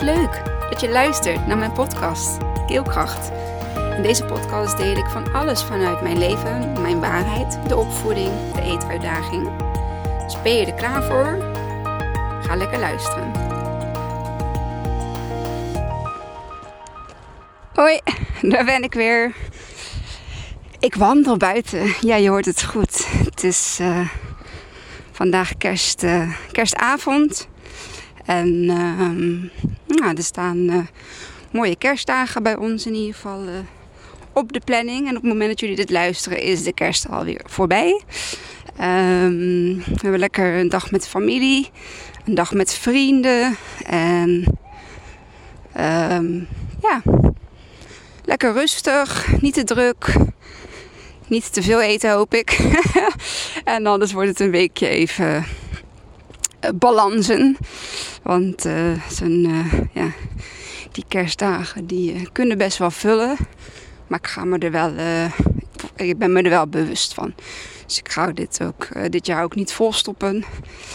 Wat leuk dat je luistert naar mijn podcast, Keelkracht. In deze podcast deel ik van alles vanuit mijn leven, mijn waarheid, de opvoeding, de eetuitdaging. Dus ben je er klaar voor? Ga lekker luisteren. Hoi, daar ben ik weer. Ik wandel buiten. Ja, je hoort het goed. Het is vandaag kerstavond. En er staan mooie kerstdagen bij ons in ieder geval op de planning. En op het moment dat jullie dit luisteren is de kerst alweer voorbij. We hebben lekker een dag met familie. Een dag met vrienden. En lekker rustig. Niet te druk. Niet te veel eten hoop ik. En anders wordt het een weekje even balansen. Want die kerstdagen die kunnen best wel vullen. Maar ik ben me er wel bewust van. Dus ik ga dit jaar ook niet volstoppen.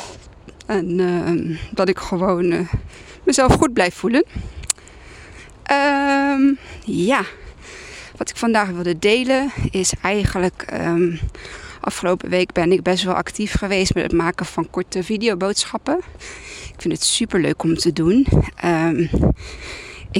En dat ik gewoon mezelf goed blijf voelen. Wat ik vandaag wilde delen is eigenlijk... Afgelopen week ben ik best wel actief geweest met het maken van korte videoboodschappen. Ik vind het super leuk om te doen. Ik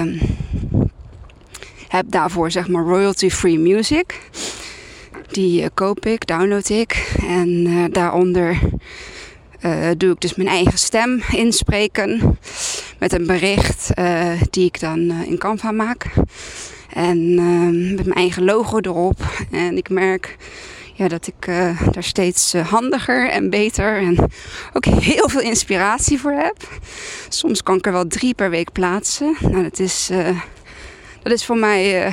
heb daarvoor royalty-free music. Die koop ik, download ik. En daaronder doe ik dus mijn eigen stem inspreken. Met een bericht die ik dan in Canva maak. En met mijn eigen logo erop. En ik merk... dat ik daar steeds handiger en beter en ook heel veel inspiratie voor heb. Soms kan ik er wel 3 per week plaatsen. Nou, dat is voor mij,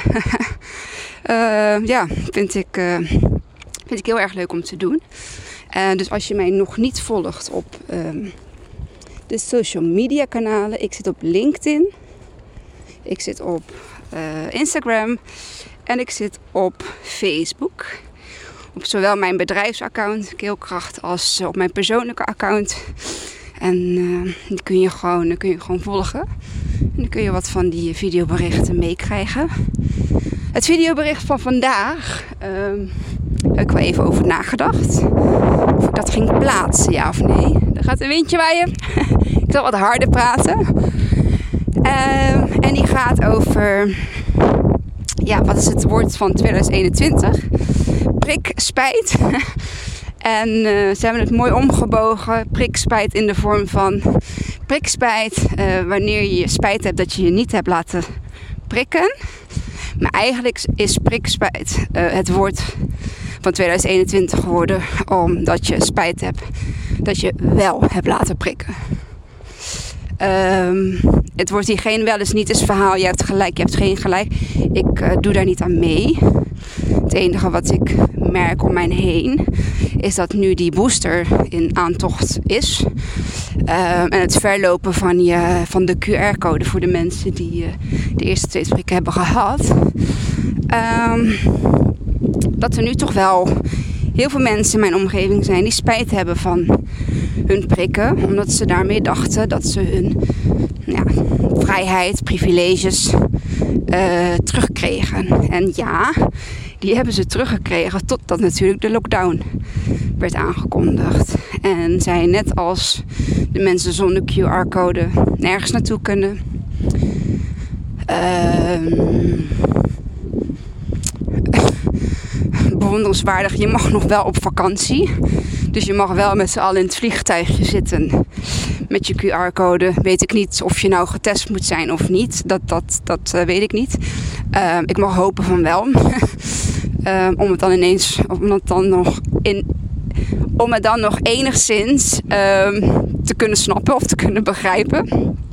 vind ik heel erg leuk om te doen. Dus als je mij nog niet volgt op de social media kanalen. Ik zit op LinkedIn. Ik zit op Instagram. En ik zit op Facebook. Op zowel mijn bedrijfsaccount, Keelkracht, als op mijn persoonlijke account. En die kun je gewoon volgen. En dan kun je wat van die videoberichten meekrijgen. Het videobericht van vandaag heb ik wel even over nagedacht. Of ik dat ging plaatsen, ja of nee. Er gaat een windje waaien. Ik zal wat harder praten. En die gaat over... wat is het woord van 2021? Prikspijt. En ze hebben het mooi omgebogen. Prikspijt in de vorm van prikspijt. Wanneer je spijt hebt dat je je niet hebt laten prikken. Maar eigenlijk is prikspijt het woord van 2021 geworden. Omdat je spijt hebt dat je wel hebt laten prikken. Het wordt hier geen wel eens niet eens verhaal. Je hebt gelijk, je hebt geen gelijk. Ik doe daar niet aan mee. Het enige wat ik merk om mij heen is dat nu die booster in aantocht is. En het verlopen van de QR-code voor de mensen die de eerste 2 prikken hebben gehad. Dat er nu toch wel heel veel mensen in mijn omgeving zijn die spijt hebben van hun prikken. Omdat ze daarmee dachten dat ze hun vrijheid, privileges terugkregen. En ja, die hebben ze teruggekregen totdat natuurlijk de lockdown werd aangekondigd. En zij net als de mensen zonder QR-code nergens naartoe kunnen. Bewonderenswaardig, je mag nog wel op vakantie. Dus je mag wel met z'n allen in het vliegtuigje zitten met je QR-code. Weet ik niet of je nou getest moet zijn of niet. Dat weet ik niet. Ik mag hopen van wel. Om het dan nog enigszins te kunnen snappen of te kunnen begrijpen.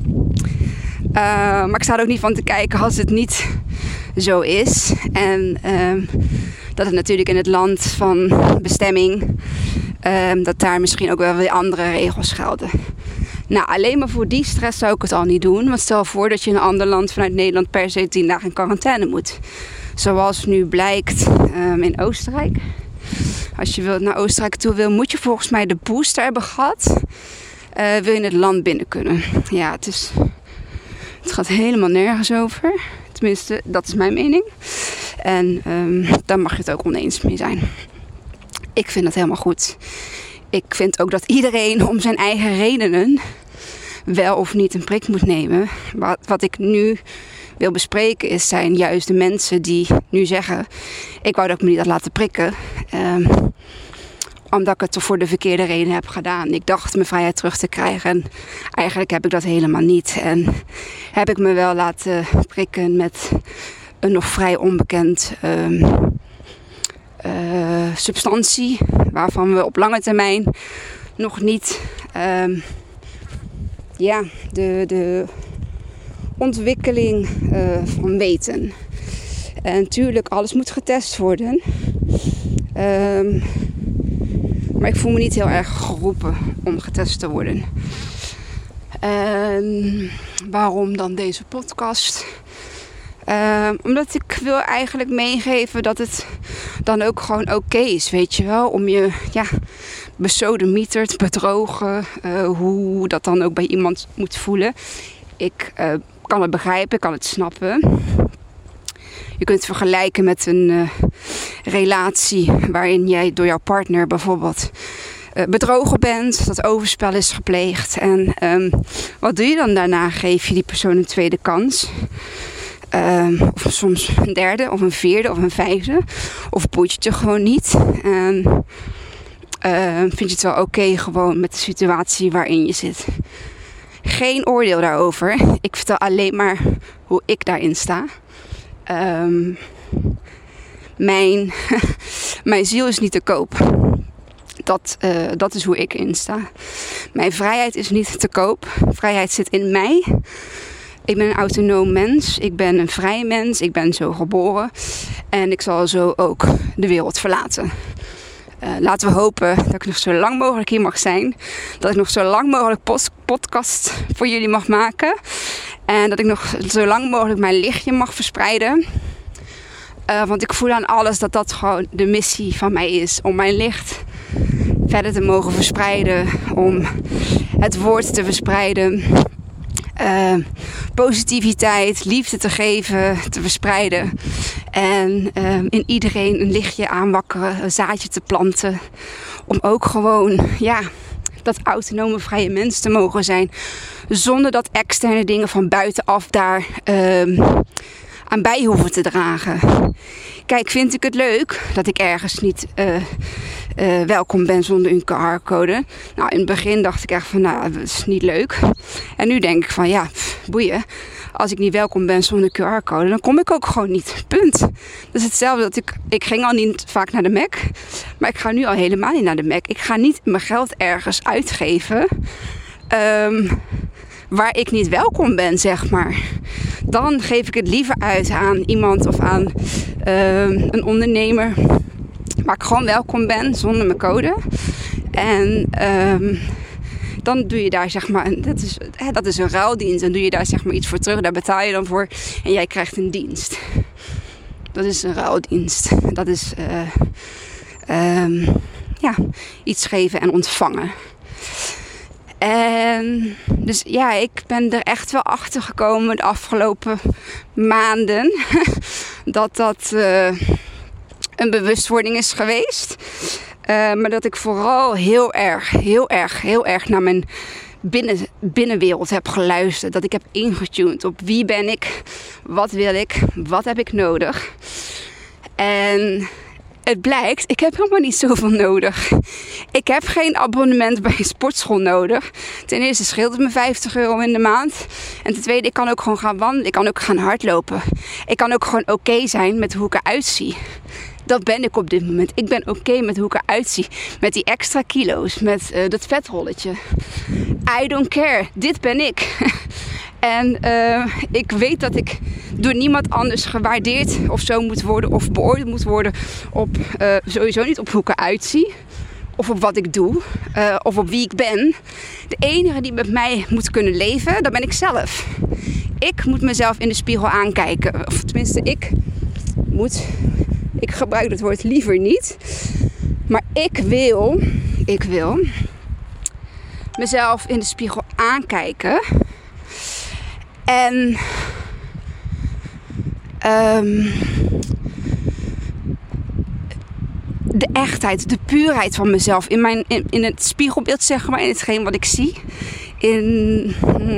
Maar ik sta er ook niet van te kijken als het niet zo is. En dat het natuurlijk in het land van bestemming... dat daar misschien ook wel weer andere regels gelden. Nou, alleen maar voor die stress zou ik het al niet doen. Want stel voor dat je in een ander land vanuit Nederland per se 10 dagen in quarantaine moet. Zoals nu blijkt in Oostenrijk. Als je naar Oostenrijk toe wil, moet je volgens mij de booster hebben gehad. Wil je het land binnen kunnen. Ja, het is Het gaat helemaal nergens over. Tenminste, dat is mijn mening. En daar mag je het ook oneens mee zijn. Ik vind dat helemaal goed. Ik vind ook dat iedereen om zijn eigen redenen wel of niet een prik moet nemen. Wat ik nu wil bespreken zijn juist de mensen die nu zeggen: ik wou dat ik me niet had laten prikken. Omdat ik het toch voor de verkeerde reden heb gedaan. Ik dacht mijn vrijheid terug te krijgen. En eigenlijk heb ik dat helemaal niet. En heb ik me wel laten prikken met een nog vrij onbekend substantie. Waarvan we op lange termijn nog niet de ontwikkeling van weten. En natuurlijk, alles moet getest worden. Maar ik voel me niet heel erg geroepen om getest te worden. Waarom dan deze podcast? Omdat ik wil eigenlijk meegeven dat het dan ook gewoon oké is, weet je wel. Om je besodemieterd, bedrogen, hoe dat dan ook bij iemand moet voelen. Ik kan het begrijpen, ik kan het snappen. Je kunt het vergelijken met een relatie waarin jij door jouw partner bijvoorbeeld bedrogen bent, dat overspel is gepleegd. En wat doe je dan daarna? Geef je die persoon een tweede kans? Of soms een derde, of een vierde, of een vijfde? Of boeit je het je gewoon niet? En vind je het wel oké gewoon met de situatie waarin je zit? Geen oordeel daarover. Ik vertel alleen maar hoe ik daarin sta. Mijn ziel is niet te koop. Dat is hoe ik in sta. Mijn vrijheid is niet te koop. Vrijheid zit in mij. Ik ben een autonoom mens. Ik ben een vrij mens. Ik ben zo geboren. En ik zal zo ook de wereld verlaten. Laten we hopen dat ik nog zo lang mogelijk hier mag zijn. Dat ik nog zo lang mogelijk podcast voor jullie mag maken. En dat ik nog zo lang mogelijk mijn lichtje mag verspreiden. Want ik voel aan alles dat dat gewoon de missie van mij is. Om mijn licht verder te mogen verspreiden. Om het woord te verspreiden. Positiviteit, liefde te geven, te verspreiden. En in iedereen een lichtje aanwakkeren, een zaadje te planten. Om ook gewoon, dat autonome vrije mens te mogen zijn. Zonder dat externe dingen van buitenaf daar aan bij hoeven te dragen. Kijk, vind ik het leuk dat ik ergens niet welkom ben zonder een QR-code? Nou, in het begin dacht ik echt van, dat is niet leuk. En nu denk ik van, boeien. Als ik niet welkom ben zonder QR-code, dan kom ik ook gewoon niet. Punt. Dat is hetzelfde dat ik ging al niet vaak naar de Mac. Maar ik ga nu al helemaal niet naar de Mac. Ik ga niet mijn geld ergens uitgeven waar ik niet welkom ben, zeg maar. Dan geef ik het liever uit aan iemand of aan een ondernemer waar ik gewoon welkom ben zonder mijn code. En dan doe je daar zeg maar, dat is een ruildienst. Dan doe je daar zeg maar iets voor terug. Daar betaal je dan voor en jij krijgt een dienst. Dat is een ruildienst. Dat is iets geven en ontvangen. En dus ik ben er echt wel achter gekomen de afgelopen maanden dat een bewustwording is geweest. Maar dat ik vooral heel erg naar mijn binnenwereld heb geluisterd. Dat ik heb ingetuned op wie ben ik, wat wil ik, wat heb ik nodig. En het blijkt, ik heb helemaal niet zoveel nodig. Ik heb geen abonnement bij een sportschool nodig. Ten eerste scheelt het me €50 in de maand. En ten tweede, ik kan ook gewoon gaan wandelen. Ik kan ook gaan hardlopen. Ik kan ook gewoon oké zijn met hoe ik eruit zie. Dat ben ik op dit moment. Ik ben oké met hoe ik eruit zie. Met die extra kilo's. Met dat vetrolletje. I don't care. Dit ben ik. En ik weet dat ik door niemand anders gewaardeerd of zo moet worden. Of beoordeeld moet worden op sowieso niet op hoe ik eruit zie. Of op wat ik doe. Of op wie ik ben. De enige die met mij moet kunnen leven, dat ben ik zelf. Ik moet mezelf in de spiegel aankijken. Of tenminste, ik gebruik dat woord liever niet. Maar ik wil mezelf in de spiegel aankijken. En de echtheid, de puurheid van mezelf. In het spiegelbeeld, zeg maar. In hetgeen wat ik zie. In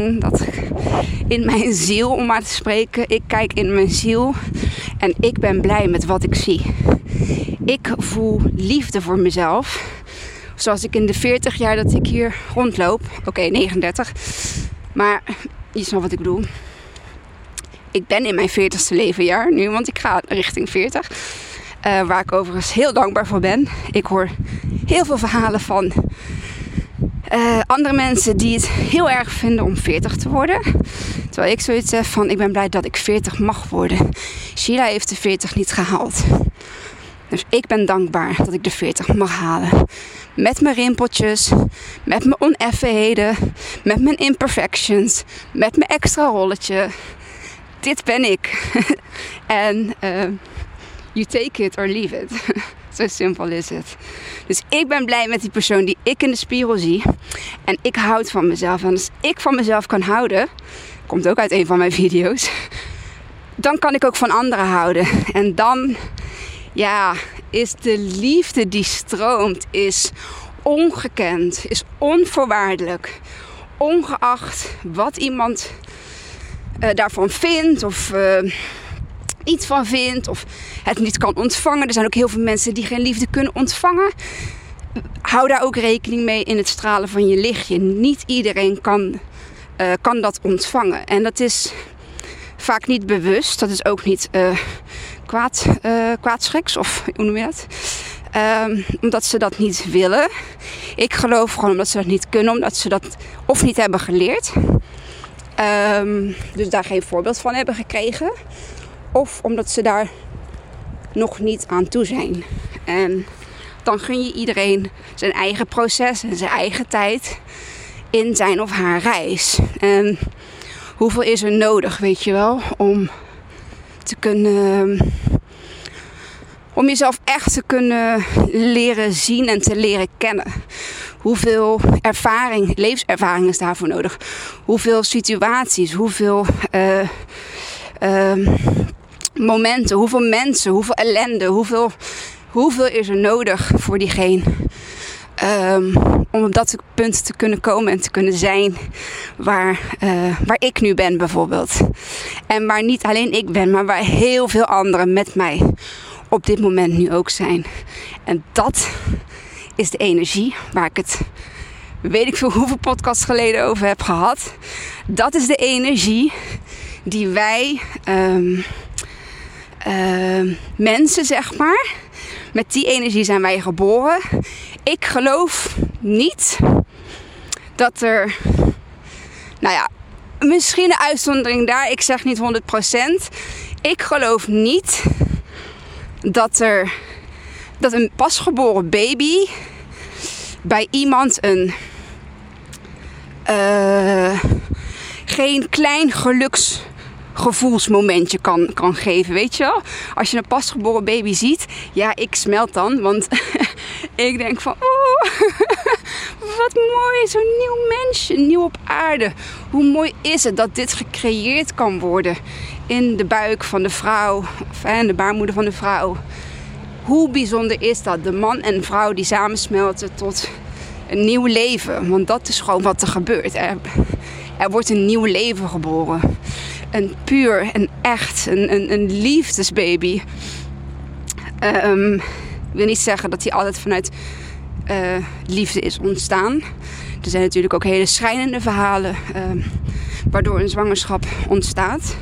mijn ziel, om maar te spreken. Ik kijk in mijn ziel. En ik ben blij met wat ik zie. Ik voel liefde voor mezelf. Zoals ik in de 40 jaar dat ik hier rondloop. Oké, 39. Maar je snapt wat ik bedoel. Ik ben in mijn 40ste levenjaar nu. Want ik ga richting 40. Waar ik overigens heel dankbaar voor ben. Ik hoor heel veel verhalen van andere mensen die het heel erg vinden om 40 te worden. Terwijl ik zoiets heb van, ik ben blij dat ik 40 mag worden. Sheila heeft de 40 niet gehaald. Dus ik ben dankbaar dat ik de 40 mag halen. Met mijn rimpeltjes, met mijn oneffenheden, met mijn imperfections, met mijn extra rolletje. Dit ben ik. En you take it or leave it. Zo simpel is het. Dus ik ben blij met die persoon die ik in de spiegel zie. En ik houd van mezelf. En als ik van mezelf kan houden, komt ook uit een van mijn video's, dan kan ik ook van anderen houden. En dan, ja, is de liefde die stroomt, is ongekend, is onvoorwaardelijk. Ongeacht wat iemand daarvan vindt of iets van vindt of het niet kan ontvangen. Er zijn ook heel veel mensen die geen liefde kunnen ontvangen. Hou daar ook rekening mee in het stralen van je lichtje. Niet iedereen kan dat ontvangen. En dat is vaak niet bewust. Dat is ook niet kwaadschriks of hoe noem je dat? Omdat ze dat niet willen. Ik geloof gewoon omdat ze dat niet kunnen. Omdat ze dat of niet hebben geleerd. Dus daar geen voorbeeld van hebben gekregen. Of omdat ze daar nog niet aan toe zijn. En dan gun je iedereen zijn eigen proces en zijn eigen tijd in zijn of haar reis. En hoeveel is er nodig, weet je wel, om te kunnen, om jezelf echt te kunnen leren zien en te leren kennen. Hoeveel levenservaring is daarvoor nodig? Hoeveel situaties, hoeveel momenten, hoeveel mensen, hoeveel ellende, hoeveel is er nodig voor diegene om op dat punt te kunnen komen en te kunnen zijn waar ik nu ben bijvoorbeeld. En waar niet alleen ik ben, maar waar heel veel anderen met mij op dit moment nu ook zijn. En dat is de energie waar ik het, weet ik veel hoeveel podcasts geleden over heb gehad. Dat is de energie die wij mensen, zeg maar, met die energie zijn wij geboren. Ik geloof niet dat er, nou ja, misschien een uitzondering daar, ik zeg niet 100%. Ik geloof niet dat een pasgeboren baby bij iemand geen klein geluksgevoelsmomentje kan geven, weet je wel? Als je een pasgeboren baby ziet, ja, ik smelt dan, want ik denk van, wat mooi, zo'n nieuw mensje, nieuw op aarde. Hoe mooi is het dat dit gecreëerd kan worden in de buik van de vrouw, of in de baarmoeder van de vrouw. Hoe bijzonder is dat? De man en vrouw die samensmelten tot een nieuw leven. Want dat is gewoon wat er gebeurt. Er wordt een nieuw leven geboren. Een puur, een echt, een liefdesbaby. Ik wil niet zeggen dat die altijd vanuit liefde is ontstaan. Er zijn natuurlijk ook hele schrijnende verhalen waardoor een zwangerschap ontstaat.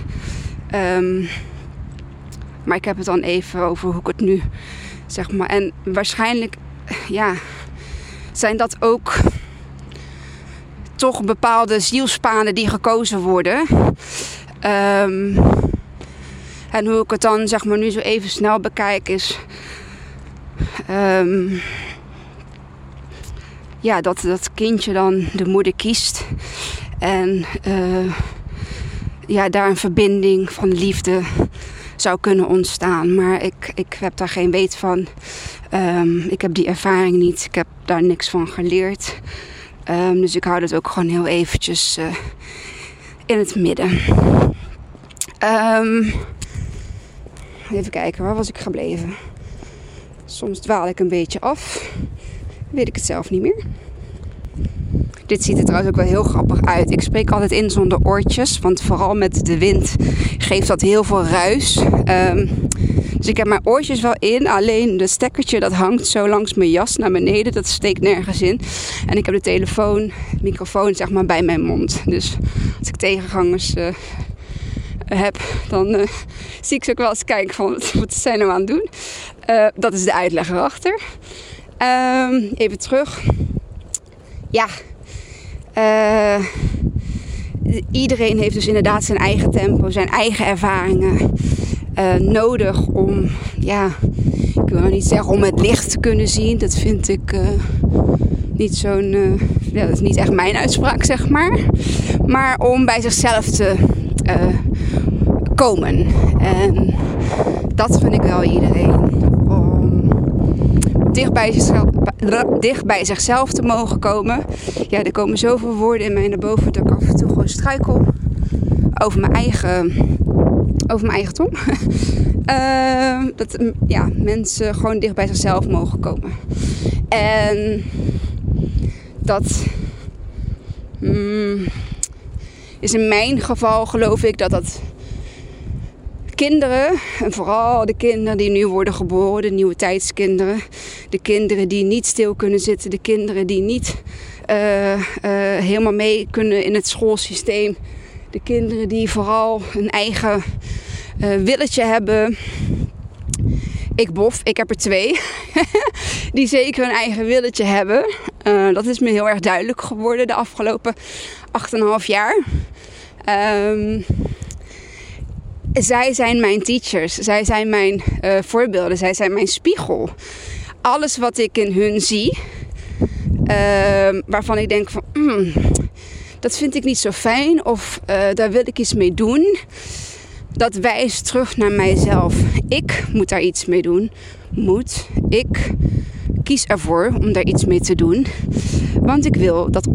Maar ik heb het dan even over hoe ik het nu zeg maar. En waarschijnlijk, ja, zijn dat ook toch bepaalde zielspaden die gekozen worden. En hoe ik het dan zeg maar nu zo even snel bekijk is, ja, dat kindje dan de moeder kiest en ja, daar een verbinding van liefde zou kunnen ontstaan. Maar ik heb daar geen weet van. Ik heb die ervaring niet. Ik heb daar niks van geleerd. Dus ik hou dat ook gewoon heel eventjes in het midden. Even kijken, waar was ik gebleven? Soms dwaal ik een beetje af. Weet ik het zelf niet meer. Dit ziet er trouwens ook wel heel grappig uit. Ik spreek altijd in zonder oortjes. Want vooral met de wind geeft dat heel veel ruis. Dus ik heb mijn oortjes wel in. Alleen de stekkertje dat hangt zo langs mijn jas naar beneden. Dat steekt nergens in. En ik heb de microfoon zeg maar bij mijn mond. Dus als ik tegengangers heb, dan zie ik ze ook wel eens kijken van wat zijn nou aan het doen. Dat is de uitleg erachter. Even terug. Ja. Iedereen heeft dus inderdaad zijn eigen tempo, zijn eigen ervaringen nodig om, ik wil nou niet zeggen om het licht te kunnen zien. Dat vind ik niet zo'n, dat is niet echt mijn uitspraak, zeg maar. Maar om bij zichzelf te komen. En dat vind ik wel iedereen. Om dicht bij zichzelf te mogen komen. Ja, er komen zoveel woorden in mij naar boven dat ik af en toe gewoon struikel over mijn eigen tong. Dat mensen gewoon dicht bij zichzelf mogen komen. En dat is in mijn geval, geloof ik, dat kinderen, en vooral de kinderen die nu worden geboren, de nieuwe tijdskinderen, de kinderen die niet stil kunnen zitten, de kinderen die niet helemaal mee kunnen in het schoolsysteem, de kinderen die vooral een eigen willetje hebben. Ik heb er 2 die zeker een eigen willetje hebben. Dat is me heel erg duidelijk geworden de afgelopen 8,5 jaar. Zij zijn mijn teachers. Zij zijn mijn voorbeelden. Zij zijn mijn spiegel. Alles wat ik in hun zie, waarvan ik denk van, dat vind ik niet zo fijn of daar wil ik iets mee doen. Dat wijst terug naar mijzelf. Ik moet daar iets mee doen. Ik kies ervoor om daar iets mee te doen. Want ik wil dat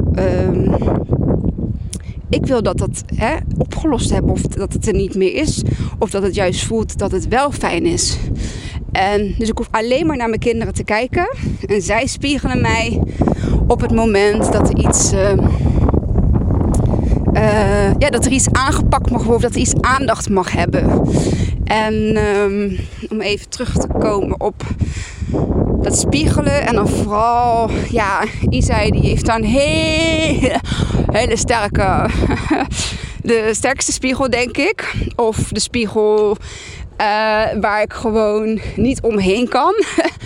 opgelost hebben. Of dat het er niet meer is. Of dat het juist voelt dat het wel fijn is. En dus ik hoef alleen maar naar mijn kinderen te kijken. En zij spiegelen mij op het moment dat er iets... dat er iets aangepakt mag worden. Of dat er iets aandacht mag hebben. En om even terug te komen op dat spiegelen. En dan vooral, Isai die heeft dan hele sterke... de sterkste spiegel, denk ik. Of de spiegel waar ik gewoon niet omheen kan.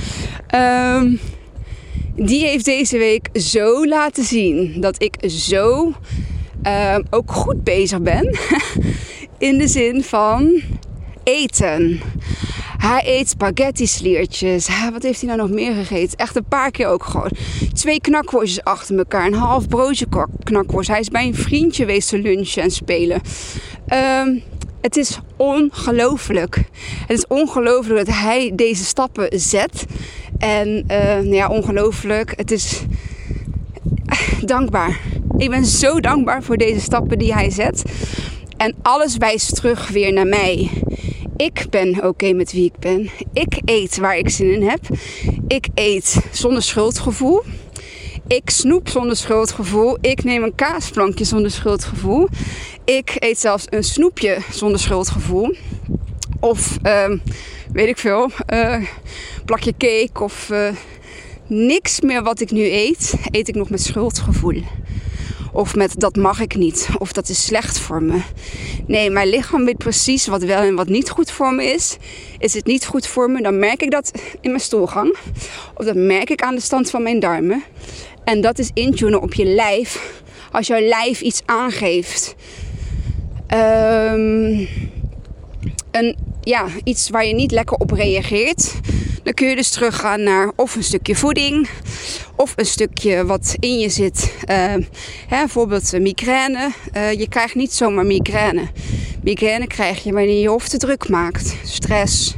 Die heeft deze week zo laten zien dat ik zo ook goed bezig ben. In de zin van eten. Hij eet spaghetti sliertjes. Wat heeft hij nou nog meer gegeten? Echt een paar keer ook gewoon. 2 knakworstjes achter elkaar. Een half broodje knakworst. Hij is bij een vriendje geweest te lunchen en spelen. Het is ongelooflijk. Het is ongelooflijk dat hij deze stappen zet. En ongelooflijk. Het is dankbaar. Ik ben zo dankbaar voor deze stappen die hij zet. En alles wijst terug weer naar mij. Ik ben oké met wie ik ben. Ik eet waar ik zin in heb. Ik eet zonder schuldgevoel. Ik snoep zonder schuldgevoel. Ik neem een kaasplankje zonder schuldgevoel. Ik eet zelfs een snoepje zonder schuldgevoel. Of, weet ik veel, plakje cake of niks meer wat ik nu eet ik nog met schuldgevoel. Of met dat mag ik niet. Of dat is slecht voor me. Nee, mijn lichaam weet precies wat wel en wat niet goed voor me is. Is het niet goed voor me, dan merk ik dat in mijn stoelgang. Of dat merk ik aan de stand van mijn darmen. En dat is intunen op je lijf. Als jouw lijf iets aangeeft. Iets waar je niet lekker op reageert. Dan kun je dus teruggaan naar of een stukje voeding. Of een stukje wat in je zit. Bijvoorbeeld migraine. Je krijgt niet zomaar migraine. Migraine krijg je wanneer je je hoofd te druk maakt. Stress.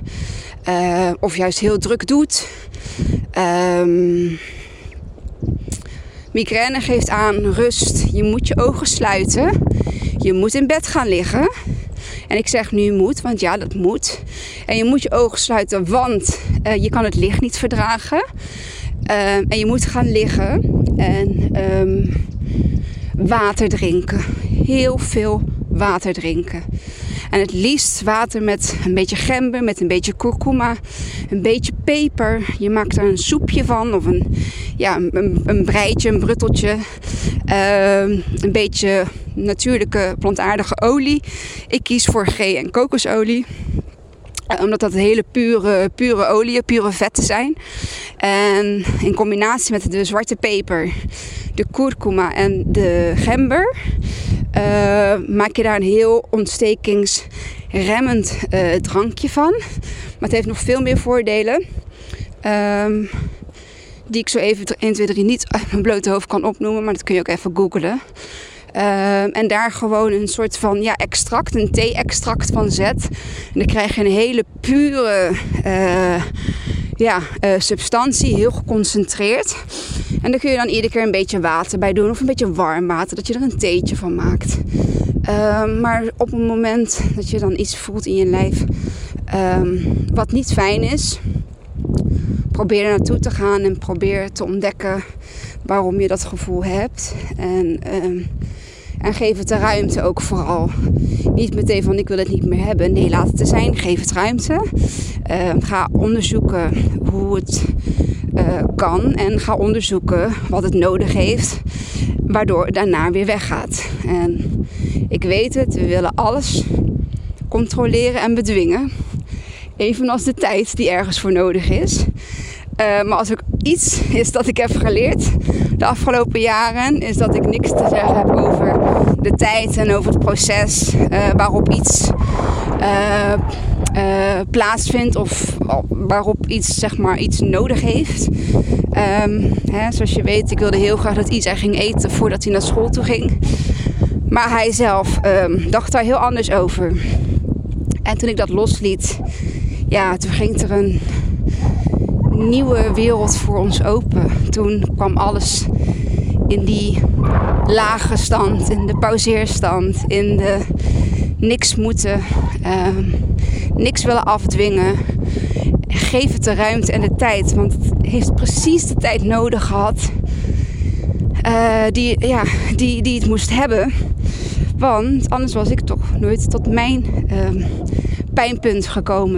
Of juist heel druk doet. Migraine geeft aan rust. Je moet je ogen sluiten. Je moet in bed gaan liggen. En ik zeg nu moet, want ja, dat moet. En je moet je ogen sluiten, want je kan het licht niet verdragen. En je moet gaan liggen en water drinken. Heel veel water drinken. En het liefst water met een beetje gember, met een beetje kurkuma, een beetje peper. Je maakt er een soepje van of een breitje, een brutteltje. Een beetje natuurlijke plantaardige olie. Ik kies voor ghee en kokosolie. Omdat dat hele pure oliën, pure vetten zijn. En in combinatie met de zwarte peper, de kurkuma en de gember maak je daar een heel ontstekingsremmend drankje van. Maar het heeft nog veel meer voordelen. Die ik zo even 1, 2, 3 niet uit mijn blote hoofd kan opnoemen. Maar dat kun je ook even googlen. En daar gewoon een soort van extract, een thee-extract van zet. En dan krijg je een hele pure substantie, heel geconcentreerd. En daar kun je dan iedere keer een beetje water bij doen of een beetje warm water, dat je er een theetje van maakt. Maar op het moment dat je dan iets voelt in je lijf wat niet fijn is, probeer er naartoe te gaan en probeer te ontdekken waarom je dat gevoel hebt. En geef het de ruimte ook vooral. Niet meteen van ik wil het niet meer hebben. Nee, laat het er zijn. Geef het ruimte. Ga onderzoeken hoe het kan. En ga onderzoeken wat het nodig heeft. Waardoor het daarna weer weggaat. En ik weet het. We willen alles controleren en bedwingen. Evenals de tijd die ergens voor nodig is. Maar als er iets is dat ik heb geleerd de afgelopen jaren, is dat ik niks te zeggen heb over de tijd en over het proces waarop iets plaatsvindt of waarop iets, zeg maar, iets nodig heeft. Zoals je weet, ik wilde heel graag dat Isa ging eten voordat hij naar school toe ging. Maar hij zelf dacht daar heel anders over. En toen ik dat losliet, toen ging er een nieuwe wereld voor ons open. Toen kwam alles in die lage stand, in de pauzeerstand, in de niks moeten, niks willen afdwingen. Geef het de ruimte en de tijd, want het heeft precies de tijd nodig gehad die het moest hebben. Want anders was ik toch nooit tot mijn pijnpunt gekomen,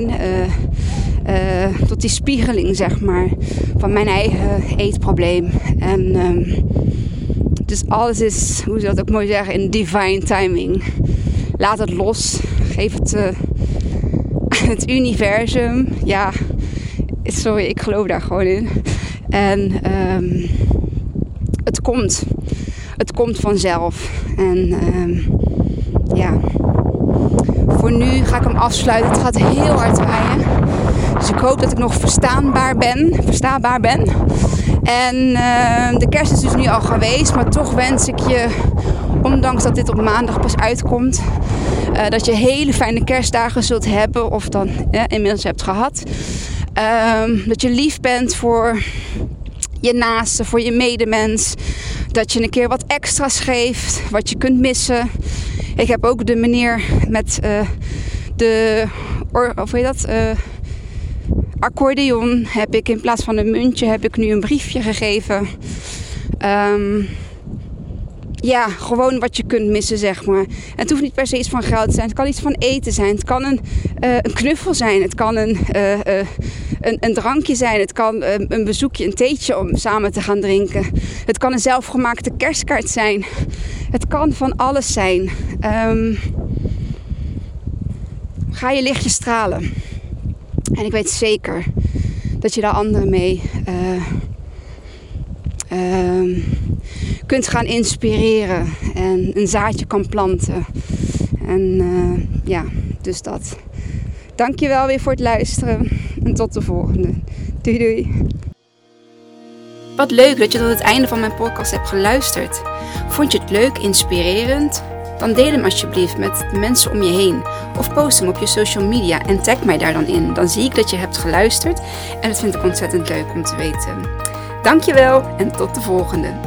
tot die spiegeling, zeg maar, van mijn eigen eetprobleem. En dus alles is, hoe zou dat ook mooi zeggen, in divine timing. Laat het los. Geef het het universum. Ja, sorry, ik geloof daar gewoon in. En het komt. Het komt vanzelf. En voor nu ga ik hem afsluiten. Het gaat heel hard waaien. Dus ik hoop dat ik nog verstaanbaar ben. En de kerst is dus nu al geweest. Maar toch wens ik je, ondanks dat dit op maandag pas uitkomt, dat je hele fijne kerstdagen zult hebben. Of dan inmiddels hebt gehad. Dat je lief bent voor je naaste, voor je medemens. Dat je een keer wat extra's geeft, wat je kunt missen. Ik heb ook de meneer met accordeon, heb ik in plaats van een muntje, heb ik nu een briefje gegeven. Gewoon wat je kunt missen, zeg maar. En het hoeft niet per se iets van geld te zijn. Het kan iets van eten zijn. Het kan een knuffel zijn. Het kan een drankje zijn. Het kan een bezoekje, een theetje om samen te gaan drinken. Het kan een zelfgemaakte kerstkaart zijn. Het kan van alles zijn. Ga je lichtje stralen. En ik weet zeker dat je daar anderen mee kunt gaan inspireren. En een zaadje kan planten. En dus dat. Dankjewel weer voor het luisteren. En tot de volgende. Doei doei. Wat leuk dat je tot het einde van mijn podcast hebt geluisterd. Vond je het leuk, inspirerend? Dan deel hem alsjeblieft met de mensen om je heen. Of post hem op je social media en tag mij daar dan in. Dan zie ik dat je hebt geluisterd. En dat vind ik ontzettend leuk om te weten. Dankjewel en tot de volgende.